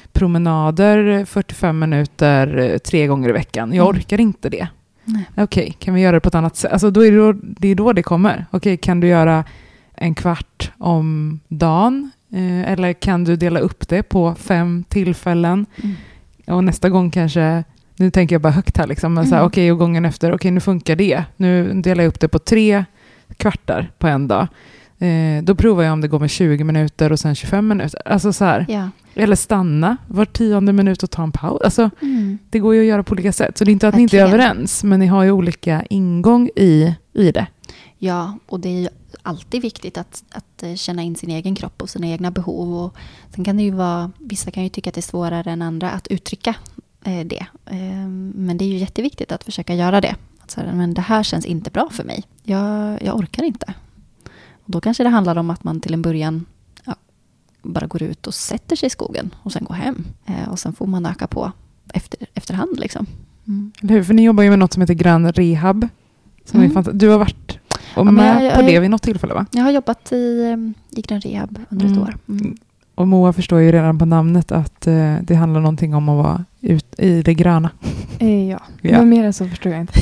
promenader fyrtiofem minuter tre gånger i veckan. Jag mm. orkar inte det. Okej, okay, kan vi göra det på ett annat sätt? Alltså, då är det, då, det är då det kommer. Okej, okay, kan du göra en kvart om dagen? Eh, eller kan du dela upp det på fem tillfällen? Mm. Och nästa gång kanske, nu tänker jag bara högt här. Liksom, men mm. så här, okej, okay, och gången efter, okej, okay, nu funkar det. Nu delar jag upp det på tre kvartar på en dag. Eh, då provar jag om det går med tjugo minuter och sen tjugofem minuter. Alltså så här. Ja. Eller stanna var tionde minut och ta en paus. Alltså, mm. det går ju att göra på olika sätt. Så det är inte att Verkligen. Ni inte är överens, men ni har ju olika ingång i, i det. Ja, och det är ju alltid viktigt att, att känna in sin egen kropp och sina egna behov. Och sen kan det ju vara, vissa kan ju tycka att det är svårare än andra att uttrycka eh, det. Eh, men det är ju jätteviktigt att försöka göra det. Så här, men det här känns inte bra för mig. jag, jag orkar inte. Och då kanske det handlar om att man till en början ja, bara går ut och sätter sig i skogen och sen går hem. Eh, och sen får man öka på efter, efterhand liksom. Mm. Hur? För ni jobbar ju med något som heter Grön Rehab. Som Mm. är fant- du har varit och Ja, med jag, jag, på jag, det vid något tillfälle, va? Jag har jobbat i, i Grön Rehab under Mm. ett år. Mm. Och Moa förstår ju redan på namnet att eh, det handlar någonting om att vara ut i det gröna. Eh, ja, Ja. men mer än så förstår jag inte.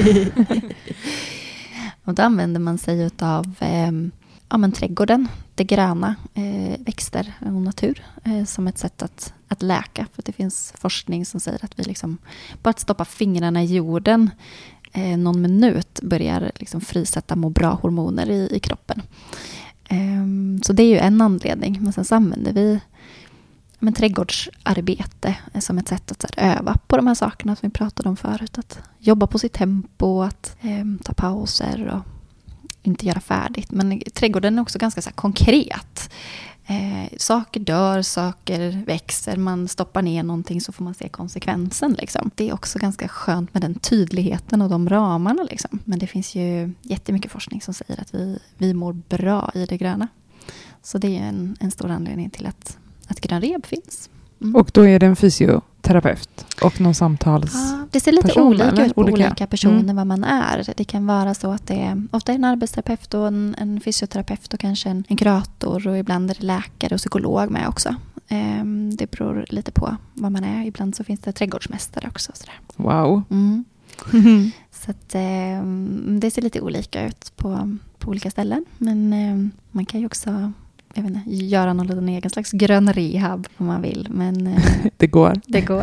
Och då använder man sig av eh, ja, men trädgården, det gröna, eh, växter och natur eh, som ett sätt att, att läka. För det finns forskning som säger att vi liksom, bara att stoppa fingrarna i jorden eh, någon minut börjar liksom frisätta må bra hormoner i, i kroppen. Eh, så det är ju en anledning. Men sen så använder vi men, trädgårdsarbete som ett sätt att så här, öva på de här sakerna som vi pratade om förut. Att jobba på sitt tempo, att eh, ta pauser och inte göra färdigt. Men trädgården är också ganska så här, konkret. Eh, saker dör, saker växer. Man stoppar ner någonting så får man se konsekvensen. Liksom. Det är också ganska skönt med den tydligheten och de ramarna. Liksom. Men det finns ju jättemycket forskning som säger att vi, vi mår bra i det gröna. Så det är en, en stor anledning till att, att Grön Rehab finns. Mm. Och då är det en fysioterapeut och någon samtals... Ja, det ser lite person, olika eller? ut på Olika. olika personer Mm. vad man är. Det kan vara så att det är ofta är en arbetsterapeut och en, en fysioterapeut och kanske en, en kurator och ibland är det läkare och psykolog med också. Ehm, det beror lite på vad man är. Ibland så finns det trädgårdsmästare också. Sådär. Wow. Mm. Så att, ehm, det ser lite olika ut på, på olika ställen. Men ehm, man kan ju också jag vet inte, göra någon liten egen slags grön rehab om man vill. Men eh, Det går. det går.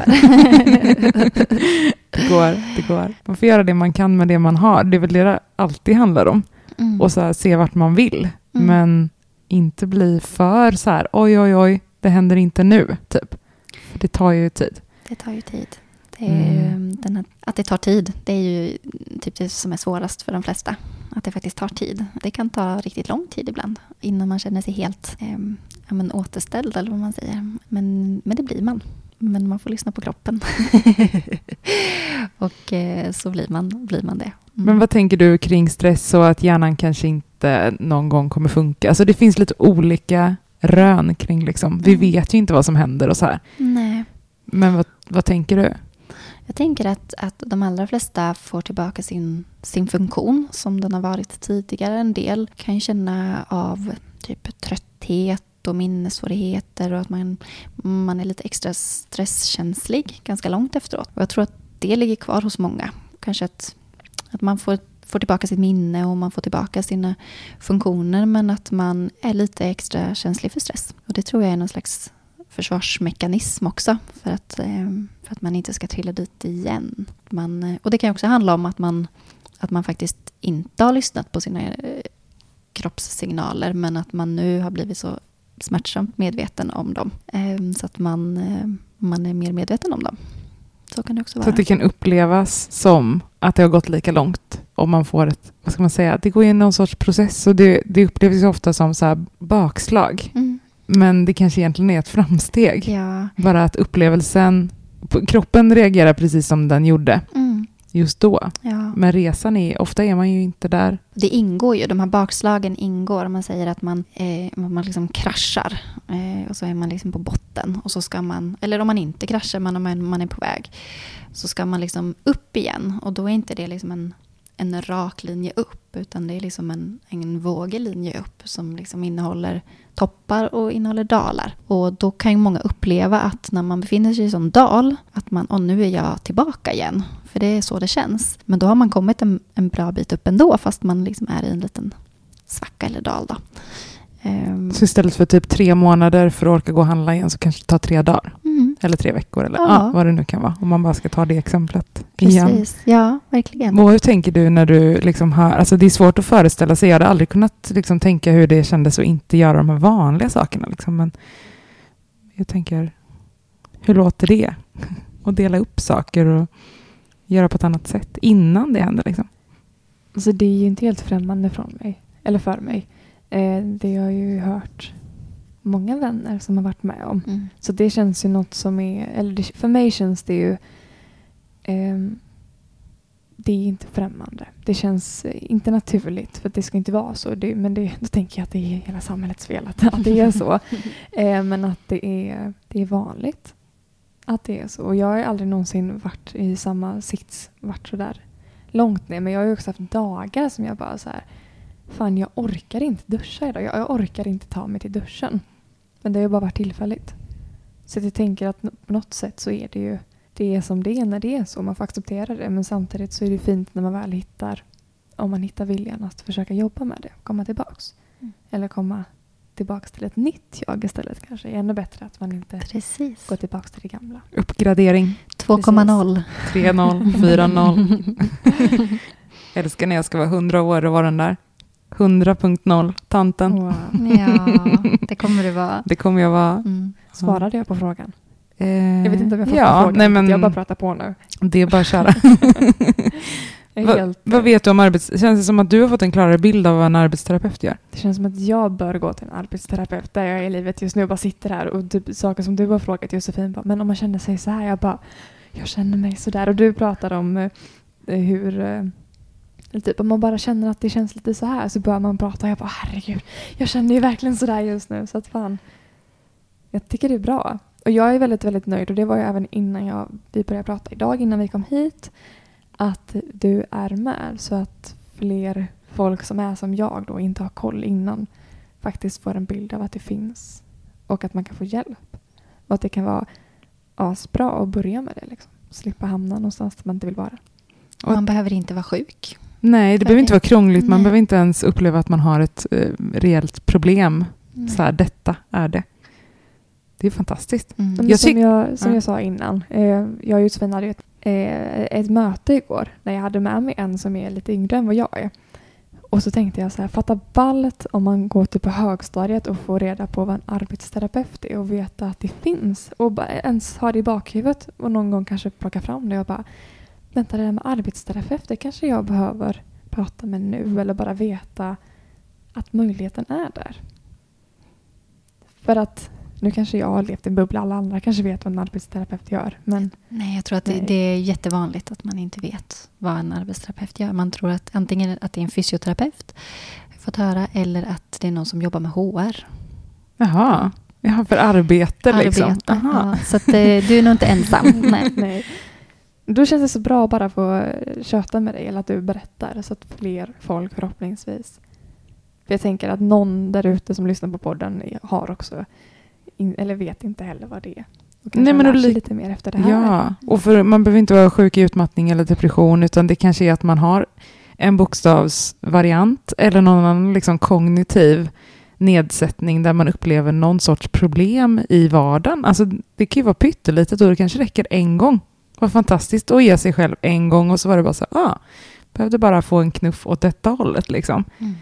Det går. Det går. Man får göra det man kan med det man har. Det är väl det det alltid handlar om. Mm. Och så här, se vart man vill. Mm. Men inte bli för så här, oj, oj, oj, det händer inte nu, typ. För det tar ju tid. Det tar ju tid. Det är ju, Mm. den här, att det tar tid, det är ju typ det som är svårast för de flesta. Att det faktiskt tar tid. Det kan ta riktigt lång tid ibland innan man känner sig helt eh, ja, men återställd eller vad man säger. Men, men det blir man. Men man får lyssna på kroppen. Och eh, så blir man, blir man det. Mm. Men vad tänker du kring stress och att hjärnan kanske inte någon gång kommer funka? Alltså det finns lite olika rön kring liksom. Vi Mm. vet ju inte vad som händer och så här. Nej. Men vad, vad tänker du? Jag tänker att, att de allra flesta får tillbaka sin, sin funktion som den har varit tidigare. En del kan ju känna av typ trötthet och minnessvårigheter och att man, man är lite extra stresskänslig ganska långt efteråt. Och jag tror att det ligger kvar hos många. Kanske att, att man får, får tillbaka sitt minne och man får tillbaka sina funktioner men att man är lite extra känslig för stress. Och det tror jag är någon slags försvarsmekanism också för att, för att man inte ska trilla dit igen. Man, och det kan också handla om att man, att man faktiskt inte har lyssnat på sina kroppssignaler men att man nu har blivit så smärtsamt medveten om dem så att man, man är mer medveten om dem. Så kan det också vara. Så att det kan upplevas som att det har gått lika långt om man får ett, vad ska man säga, det går in någon sorts process och det, det upplevs ju ofta som så här bakslag. Mm. Men det kanske egentligen är ett framsteg. Ja. Bara att upplevelsen, kroppen reagerar precis som den gjorde Mm. just då. Ja. Men resan är, ofta är man ju inte där. Det ingår ju, de här bakslagen ingår. Man säger att man, eh, man liksom kraschar eh, och så är man liksom på botten. Och så ska man, eller om man inte kraschar, men om man, man är på väg, så ska man liksom upp igen. Och då är inte det liksom en, en rak linje upp, utan det är liksom en, en vågelinje upp som liksom innehåller toppar och innehåller dalar. Och då kan ju många uppleva att när man befinner sig i sån dal, att man, och nu är jag tillbaka igen. För det är så det känns. Men då har man kommit en, en bra bit upp ändå, fast man liksom är i en liten svacka eller dal då. Um, Så istället för typ tre månader för att orka gå och handla igen så kanske det tar tre dagar. mm, Eller tre veckor eller Ja. ja, vad det nu kan vara. Om man bara ska ta det exemplet igen. precis, ja, verkligen. Och hur tänker du när du liksom hör, alltså det är svårt att föreställa sig, jag hade aldrig kunnat liksom tänka hur det kändes att inte göra de här vanliga sakerna liksom. Men jag tänker, hur låter det? Att dela upp saker och göra på ett annat sätt innan det händer liksom. Alltså det är ju inte helt främmande från mig. Eller för mig. Eh, det har jag ju hört många vänner som har varit med om. Mm. Så det känns ju något som är... Eller det, för mig känns det ju... Eh, det är inte främmande. Det känns inte naturligt för att det ska inte vara så. Det, men det, då tänker jag att det är hela samhällets fel att, att det är så. eh, men att det är, det är vanligt att det är så. Och jag har aldrig någonsin varit i samma sits, varit så där långt ner. Men jag har ju också haft dagar som jag bara så här, fan jag orkar inte duscha idag. Jag, jag orkar inte ta mig till duschen. Men det har ju bara varit tillfälligt. Så jag tänker att på något sätt så är det ju det är som det är när det är så. Man får acceptera det. Men samtidigt så är det fint när man väl hittar, om man hittar viljan att försöka jobba med det. Komma tillbaks. Mm. Eller komma tillbaks till ett nytt jag istället kanske. Det är ännu bättre att man inte Precis. går tillbaks till det gamla. Uppgradering. två komma noll. tre noll, fyra noll. Älskar när jag ska vara hundra år och vara den där. hundra punkt noll, tanten. Wow. Ja, det kommer det vara. Det kommer jag vara. Mm. Svarade jag på frågan? Eh, Jag vet inte om jag fattar ja, frågan. Nej, men jag bara pratar på nu. Det är bara att köra. Va, helt, vad vet du om arbets... Känns det som att du har fått en klarare bild av vad en arbetsterapeut gör? Det känns som att jag bör gå till en arbetsterapeut där jag är i livet just nu och bara sitter här och typ saker som du har frågat Josefin bara, men om man känner sig så här, jag bara, jag känner mig så där. Och du pratar om eh, hur eh, typ om man bara känner att det känns lite så här så bör man prata. Jag bara, herregud, jag känner ju verkligen så där just nu. Så att fan, jag tycker det är bra. Och jag är väldigt, väldigt nöjd. Och det var ju även innan jag, vi började prata idag, innan vi kom hit, att du är med. Så att fler folk som är som jag då inte har koll innan faktiskt får en bild av att det finns. Och att man kan få hjälp. Och att det kan vara asbra att börja med det. Liksom. Slippa hamna någonstans där man inte vill vara. Och man behöver inte vara sjuk. Nej, det behöver inte vara krångligt. Man Nej. behöver inte ens uppleva att man har ett eh, reellt problem. Nej. Så här, detta är det. Det är fantastiskt. Mm. Men Jag som tyck- jag, som ja. jag sa innan, eh, jag och Josefin hade ju ett, eh, ett möte igår när jag hade med mig en som är lite yngre än vad jag är. Och så tänkte jag så här, fatta ballt om man går till på högstadiet och får reda på vad en arbetsterapeut är och veta att det finns. Och bara ens ha det i bakhuvudet och någon gång kanske plocka fram det och bara, vänta, det där med arbetsterapeut, det kanske jag behöver prata med nu eller bara veta att möjligheten är där. För att nu kanske jag har levt i en bubbla, alla andra kanske vet vad en arbetsterapeut gör. Men Nej, jag tror att det, det är jättevanligt att man inte vet vad en arbetsterapeut gör. Man tror att antingen att det är en fysioterapeut, fått höra, eller att det är någon som jobbar med H R. Jaha. Ja, för arbete, Arbete, liksom. ja, så att, eh, du är nog inte ensam. Nej. nej. Då känns det så bra bara att få köta med dig eller att du berättar så att fler folk förhoppningsvis. För jag tänker att någon där ute som lyssnar på podden har också in, eller vet inte heller vad det är. Och Nej, men lär sig li- lite mer efter det här. Ja, och för, man behöver inte vara sjuk i utmattning eller depression, utan det kanske är att man har en bokstavsvariant eller någon annan liksom kognitiv nedsättning där man upplever någon sorts problem i vardagen. Alltså det kan ju vara pyttelitet och det kanske räcker en gång. Vad fantastiskt att ge sig själv en gång och så var det bara så, ah, behövde bara få en knuff åt detta hållet liksom. Mm.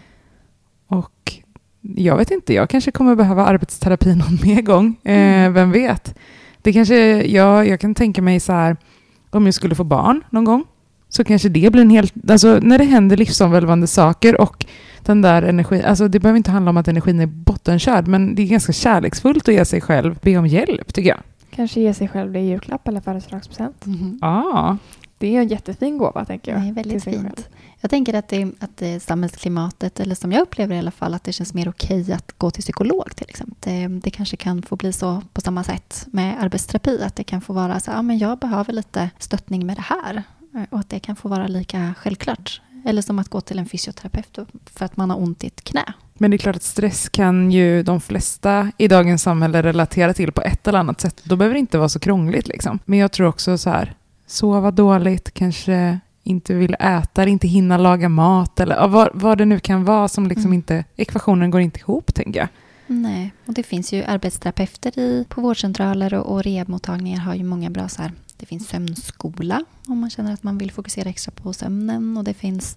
Och jag vet inte, jag kanske kommer behöva arbetsterapi någon mer gång. Eh, vem vet? Det kanske, jag, jag kan tänka mig så här, om jag skulle få barn någon gång, så kanske det blir en helt, alltså när det händer livsomvälvande saker och den där energin, alltså det behöver inte handla om att energin är bottenkörd, men det är ganska kärleksfullt att ge sig själv, be om hjälp tycker jag. Kanske ge sig själv det i julklapp eller födelsedagspresent. Mhm. Ja. Det är en jättefin gåva tänker jag. Det är väldigt till sig fint. själv. Jag tänker att det, att det samhällsklimatet, eller som jag upplever i alla fall, att det känns mer okej att gå till psykolog till exempel. Det, det kanske kan få bli så på samma sätt med arbetsterapi, att det kan få vara så, ja men jag behöver lite stöttning med det här. Och att det kan få vara lika självklart. Eller som att gå till en fysioterapeut för att man har ont i ett knä. Men det är klart att stress kan ju de flesta i dagens samhälle relatera till på ett eller annat sätt. Då behöver det inte vara så krångligt liksom. Men jag tror också så här, sova dåligt, kanske inte vill äta, inte hinna laga mat eller vad, vad det nu kan vara som liksom Mm. inte, ekvationen går inte ihop tänker jag. Nej, och det finns ju arbetsterapeuter i, på vårdcentraler och, och rehabmottagningar har ju många bra så här. Det finns sömnskola om man känner att man vill fokusera extra på sömnen, och det finns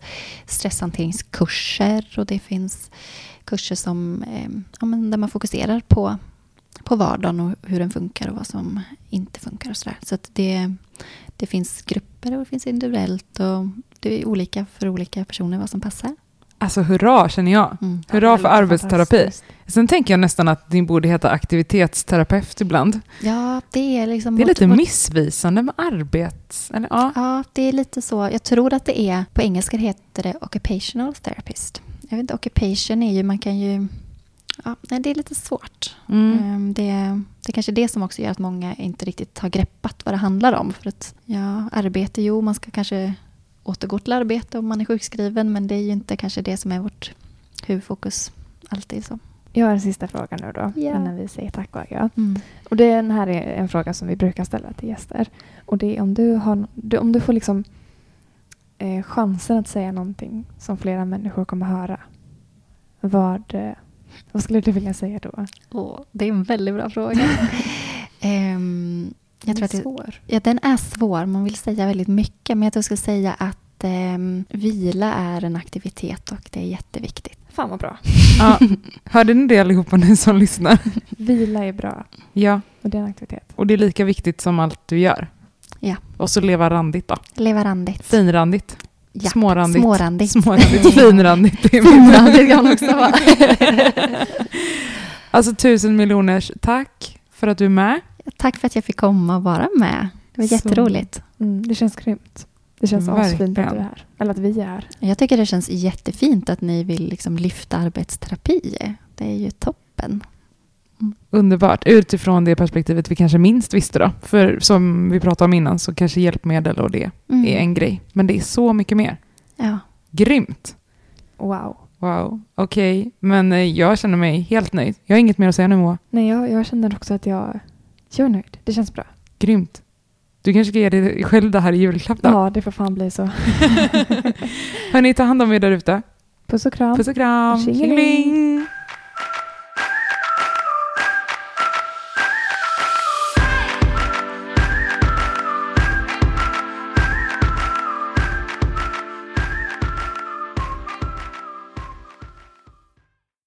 stresshanteringskurser och det finns kurser som, eh, ja, men där man fokuserar på, på vardagen och hur den funkar och vad som inte funkar och sådär. Så att det, det finns grupper och det finns individuellt och det är olika för olika personer vad som passar. Alltså hurra känner jag. Mm. Hurra Ja, för det låter arbetsterapi. fantastiskt. Sen tänker jag nästan att din borde heta aktivitetsterapeut ibland. Ja, det är liksom... Det är vårt- lite vårt- missvisande med arbets... Eller, ja. Ja, det är lite så. Jag tror att det är, på engelska heter det occupational therapist. Jag vet inte, occupation är ju, man kan ju... Ja, nej, det är lite svårt. Mm. Ehm, Det, det är kanske det som också gör att många inte riktigt har greppat vad det handlar om. För att, ja, arbete, jo, man ska kanske återgå till arbete om man är sjukskriven, men det är ju inte kanske det som är vårt huvudfokus alltid så. Jag har en sista fråga nu då, Ja. innan vi säger tack och adjö. Mm. Och det, den här är en fråga som vi brukar ställa till gäster. Och det är om du, har, du, om du får liksom, eh, chansen att säga någonting som flera människor kommer höra. Vad, eh, vad skulle du vilja säga då? Åh, det är en väldigt bra fråga. Ehm, jag tror att det, svår. ja, den är svår. Man vill säga väldigt mycket. Men jag tror jag skulle säga att ehm, vila är en aktivitet och det är jätteviktigt. Fan vad bra. Ja. Hörde ni det allihopa ni som lyssnar? Vila är bra. Ja, Och det är en aktivitet. och det är lika viktigt som allt du gör. Ja. Och så leva randigt då. Leva randigt. Finrandigt. Ja. Smårandigt. Smårandigt. Smårandigt. Finrandigt. Det är min- Finrandigt kan också vara. Alltså tusen miljoners tack för att du är med. Tack för att jag fick komma och vara med. Det var Så. jätteroligt. Mm, det känns grymt. Det känns Verkligen. asfint att du är här. Eller att vi är här. Jag tycker det känns jättefint att ni vill liksom lyfta arbetsterapi. Det är ju toppen. Underbart. Utifrån det perspektivet vi kanske minst visste då. För som vi pratade om innan så kanske hjälpmedel och det Mm. är en grej. Men det är så mycket mer. Ja. Grymt. Wow. Wow. Okej. Men eh, jag känner mig helt nöjd. Jag har inget mer att säga nu, Moa. Nej, jag, jag känner också att jag, jag är nöjd. Det känns bra. Grymt. Du kanske ska ge dig själv det här i julklapp då? Ja, det får fan bli så. Hörni, ta hand om er där ute. Puss och kram. Puss och kram. Tjingeling. Tjingeling.